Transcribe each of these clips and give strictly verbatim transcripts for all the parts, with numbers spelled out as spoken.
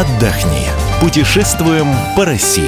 отдохни. Путешествуем по России.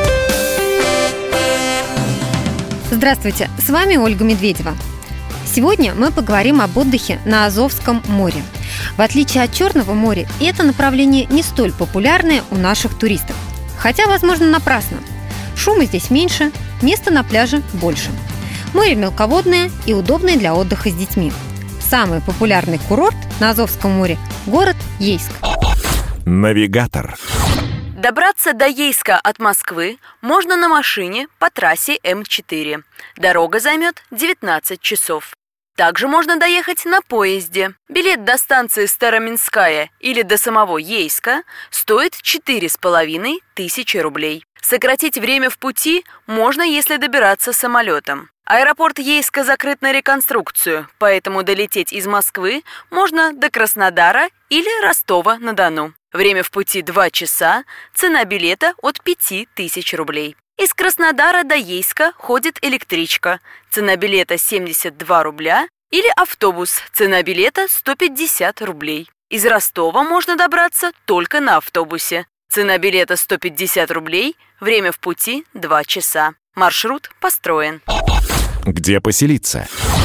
Здравствуйте, с вами Ольга Медведева. Сегодня мы поговорим об отдыхе на Азовском море. В отличие от Черного моря, это направление не столь популярное у наших туристов. Хотя, возможно, напрасно. Шума здесь меньше, места на пляже больше. Море мелководное и удобное для отдыха с детьми. Самый популярный курорт на Азовском море – город Ейск. Навигатор. Добраться до Ейска от Москвы можно на машине по трассе эм четыре. Дорога займет девятнадцать часов. Также можно доехать на поезде. Билет до станции Староминская или до самого Ейска стоит четыре с половиной тысячи рублей. Сократить время в пути можно, если добираться самолетом. Аэропорт Ейска закрыт на реконструкцию, поэтому долететь из Москвы можно до Краснодара или Ростова-на-Дону. Время в пути два часа, цена билета от пяти тысяч рублей. Из Краснодара до Ейска ходит электричка, цена билета семьдесят два рубля, или автобус, цена билета сто пятьдесят рублей. Из Ростова можно добраться только на автобусе, цена билета сто пятьдесят рублей, время в пути два часа. Маршрут построен. Где поселиться?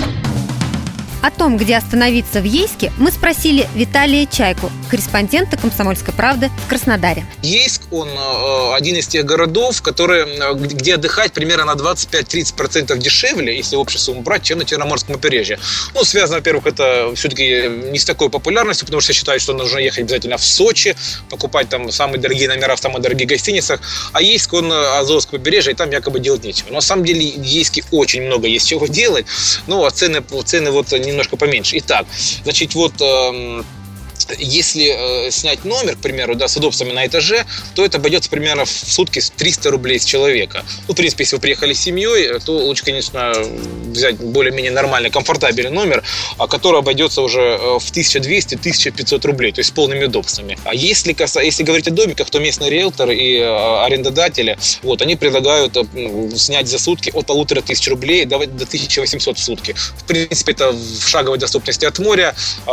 О том, где остановиться в Ейске, мы спросили Виталия Чайку, корреспондента «Комсомольской правды» в Краснодаре. Ейск, он э, один из тех городов, которые, где отдыхать примерно на двадцать пять - тридцать процентов дешевле, если общую сумму брать, чем на Черноморском побережье. Ну, связано, во-первых, это все-таки не с такой популярностью, потому что считают, что нужно ехать обязательно в Сочи, покупать там самые дорогие номера в самых дорогих гостиницах. А Ейск, он Азовское побережье, и там якобы делать нечего. Но на самом деле в Ейске очень много есть чего делать, ну, а цены, цены вот немножко поменьше. Итак, значит, вот э, если э, снять номер, к примеру, да, с удобствами на этаже, то это обойдется примерно в сутки триста рублей с человека. Ну, в принципе, если вы приехали с семьей, то лучше, конечно, взять более-менее нормальный, комфортабельный номер, который обойдется уже в тысяча двести - тысяча пятьсот рублей, то есть с полными удобствами. А если, если говорить о домиках, то местные риэлторы и арендодатели, вот, они предлагают снять за сутки от полутора тысяч рублей до, до тысячи восьмисот в сутки. В принципе, это в шаговой доступности от моря,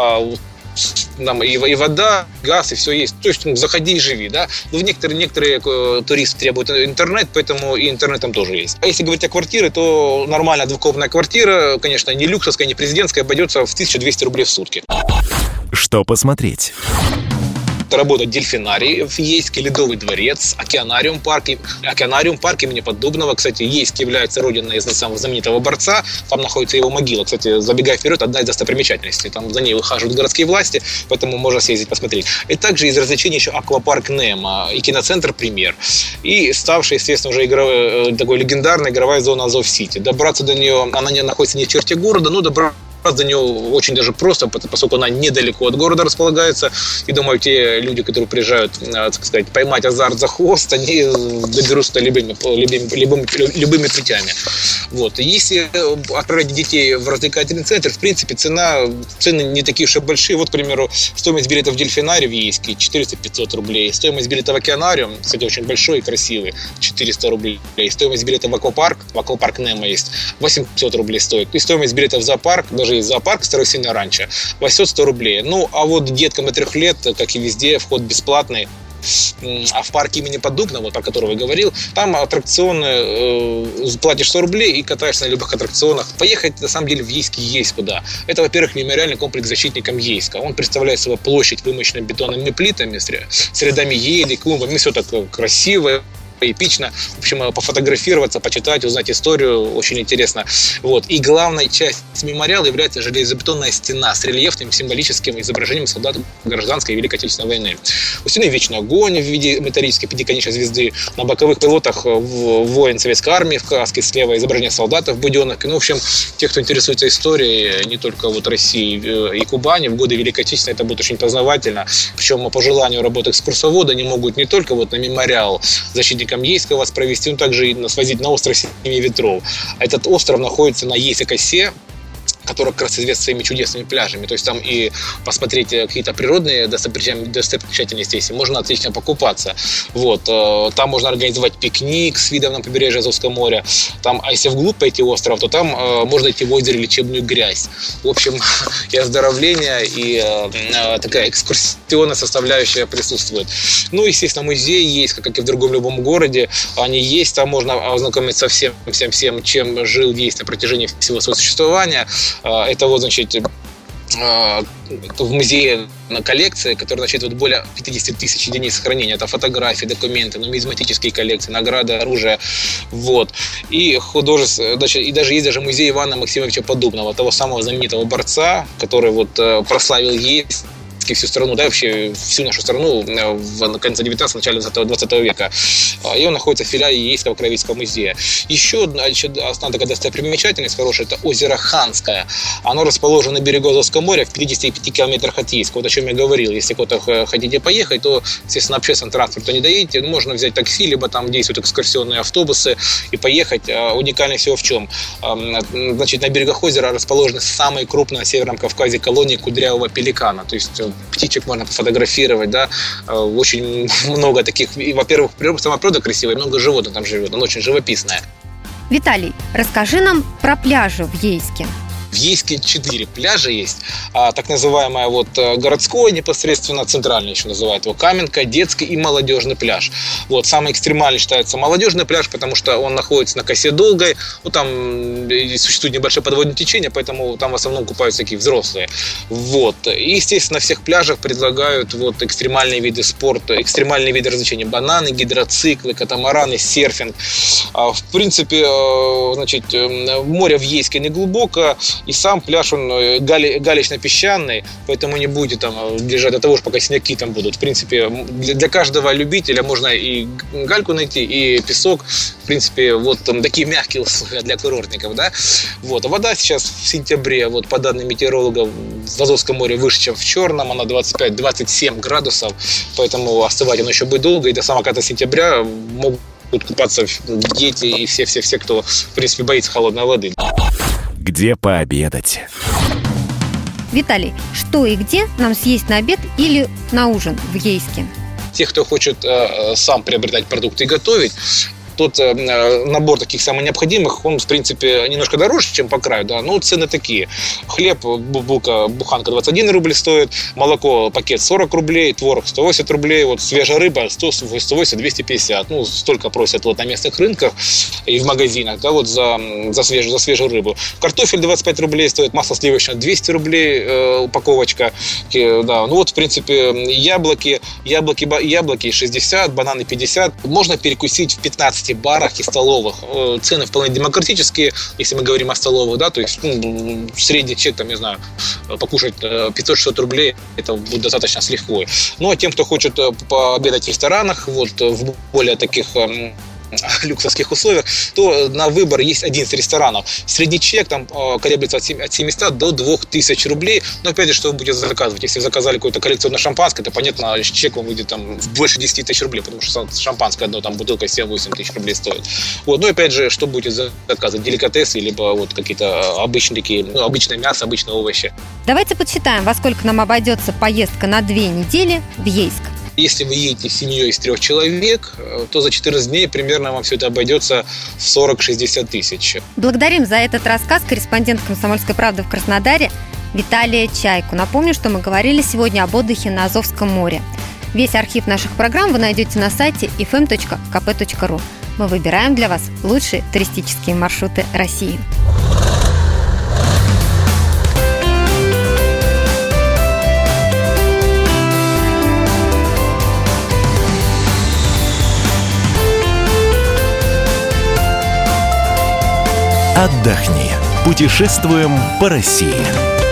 там и, и вода, газ, и все есть. То есть, ну, заходи и живи, да. Но некоторые, некоторые э, туристы требуют интернет, поэтому и интернет там тоже есть. А если говорить о квартире, то нормальная двухкомнатная квартира, конечно, не люксовская, не президентская, обойдется в тысячу двести рублей в сутки. Что посмотреть? Работает дельфинарий в Ейске, Ледовый дворец, океанариум парк. Океанариум парк имени Поддубного. Кстати, Ейск является родиной самого знаменитого борца. Там находится его могила. Кстати, забегая вперед, одна из достопримечательностей. Там за ней выхаживают городские власти, поэтому можно съездить посмотреть. И также из развлечений еще аквапарк Немо и киноцентр Премьер. И ставшая, естественно, уже игровая, такой легендарная игровая зона Азов-Сити. Добраться до нее, она не находится не в черте города, но добраться до нее очень даже просто, поскольку она недалеко от города располагается. И думаю, те люди, которые приезжают, так сказать, поймать азарт за хвост, они доберутся любыми, любыми, любыми, любыми путями. Вот. Если отправить детей в развлекательный центр, в принципе, цена, цены не такие уж и большие. Вот, к примеру, стоимость билета в дельфинарий в Ейске четыреста - пятьсот рублей. Стоимость билета в океанариум, кстати, очень большой и красивый, четыреста рублей. Стоимость билета в аквапарк, в аквапарк Немо есть, восемьсот рублей стоит. И стоимость билета в зоопарк, даже из зоопарка Старосинное ранчо, восемьсот - сто рублей. Ну, а вот деткам до трех лет, как и везде, вход бесплатный. А в парке имени Поддубного, про который я говорил, там аттракционы, э, платишь сто рублей и катаешься на любых аттракционах. Поехать, на самом деле, в Ейске есть куда. Это, во-первых, мемориальный комплекс защитникам Ейска. Он представляет собой площадь, вымощенную бетонными плитами, с рядами ели, клумбами. Все так красиво, эпично. В общем, пофотографироваться, почитать, узнать историю очень интересно. Вот. И главной частью мемориала является железобетонная стена с рельефным символическим изображением солдат гражданской и Великой Отечественной войны. У стены вечный огонь в виде металлической пятиконечной звезды. На боковых пилотах воин Советской армии в каске, слева изображение солдата в буденовке. Ну, в общем, те, кто интересуется историей не только вот России и Кубани, в годы Великой Отечественной это будет очень познавательно. Причем по желанию работы экскурсовода они могут не только вот на мемориал защитникам Ейска вас провести, но также и свозить на остров Семи ветров. Этот остров находится на Ейск-косе. которая как раз известна своими чудесными пляжами. То есть там и посмотреть какие-то природные достопримечательности, если можно отлично покупаться. Вот. Там можно организовать пикник с видом на побережье Азовского моря. Там, а если вглубь пойти остров, то там э, можно идти в озере лечебную грязь. В общем, и оздоровление, и э, такая экскурсионная составляющая присутствует. Ну, естественно, музей есть, как и в другом любом городе. Они есть, там можно ознакомиться со всем, всем, всем, чем жил, есть на протяжении всего своего существования. Это вот, значит, в музее коллекции, которая насчитывает более пятьдесят тысяч единиц хранения. Это фотографии, документы, нумизматические коллекции, награды, оружие. Вот. И художество, и даже есть даже музей Ивана Максимовича Поддубного, того самого знаменитого борца, который вот прославил есть всю страну, да, вообще всю нашу страну в конце девятнадцатого, начале двадцатого века. И он находится в филиале Ейского краеведческого музея. Еще одна, еще одна такая достопримечательность хорошая, это озеро Ханское. Оно расположено на берегу Азовского моря в пятидесяти пяти километрах от Ейска. Вот о чем я говорил. Если куда-то хотите поехать, то, естественно, общественным транспортом не доедете. Можно взять такси, либо там действуют экскурсионные автобусы и поехать. Уникальность всего в чем? Значит, на берегах озера расположены самые крупные на Северном Кавказе колонии кудрявого пеликана. То есть птичек можно пофотографировать, да, очень много таких, и, во-первых, сама природа красивая, много животных там живет, она очень живописная. Виталий, расскажи нам про пляжи в Ейске. В Ейске четыре пляжа есть. А, так называемая вот городской, непосредственно центральный еще называют его, Каменка, детский и молодежный пляж. Вот, самый экстремальный считается молодежный пляж, потому что он находится на косе Долгой. Ну, там существует небольшое подводное течение, поэтому там в основном купаются такие взрослые. Вот. И, естественно, на всех пляжах предлагают вот экстремальные виды спорта, экстремальные виды развлечений. Бананы, гидроциклы, катамараны, серфинг. А, в принципе, значит, море в Ейске не глубоко. И сам пляж, он гали, галечно-песчаный, поэтому не будете там лежать до того, пока синяки там будут. В принципе, для, для каждого любителя можно и гальку найти, и песок. В принципе, вот там такие мягкие условия для курортников, да. Вот. А вода сейчас в сентябре, вот по данным метеорологов, в Азовском море выше, чем в Черном, она двадцать пять - двадцать семь градусов, поэтому остывать оно еще будет долго, и до самого конца сентября могут купаться дети и все-все-все, кто, в принципе, боится холодной воды. Где пообедать? Виталий, что и где нам съесть на обед или на ужин в Ейске? Те, кто хочет э, сам приобретать продукты и готовить, тот э, набор таких самых необходимых, он, в принципе, немножко дороже, чем по краю, да, но цены такие. Хлеб, булка, буханка двадцать один рубль стоит, молоко, пакет сорок рублей, творог сто восемьдесят рублей, вот свежая рыба сто восемьдесят - двести пятьдесят. Ну, столько просят вот на местных рынках и в магазинах, да, вот за, за, свежую, за свежую рыбу. Картофель двадцать пять рублей стоит, масло сливочное двести рублей э, упаковочка, э, да, ну вот, в принципе, яблоки, яблоки, яблоки шестьдесят, бананы пятьдесят. Можно перекусить в пятнадцати барах и столовых. Цены вполне демократические, если мы говорим о столовых, да, то есть ну, средний чек, там, не знаю, покушать пятьсот - шестьсот рублей, это будет достаточно с лихвой. Ну, а тем, кто хочет пообедать в ресторанах, вот, в более таких люксовских условиях, то на выбор есть одиннадцать ресторанов. Средний чек там колеблется от семисот до двух тысяч рублей. Но опять же, что вы будете заказывать? Если вы заказали какое-то коллекционное шампанское, то понятно, чек вам выйдет там больше десяти тысяч рублей, потому что шампанское одно там бутылка семь-восемь тысяч рублей стоит. Вот. Ну и опять же, что будете заказывать? Деликатесы, либо вот какие-то обычные такие, ну, обычное мясо, обычные овощи. Давайте подсчитаем, во сколько нам обойдется поездка на две недели в Ейск. Если вы едете с семьей из трех человек, то за четырнадцать дней примерно вам все это обойдется в сорок-шестьдесят тысяч. Благодарим за этот рассказ корреспондент «Комсомольской правды» в Краснодаре Виталия Чайку. Напомню, что мы говорили сегодня об отдыхе на Азовском море. Весь архив наших программ вы найдете на сайте эф эм точка ка пэ точка ру. Мы выбираем для вас лучшие туристические маршруты России. Отдохни. Путешествуем по России.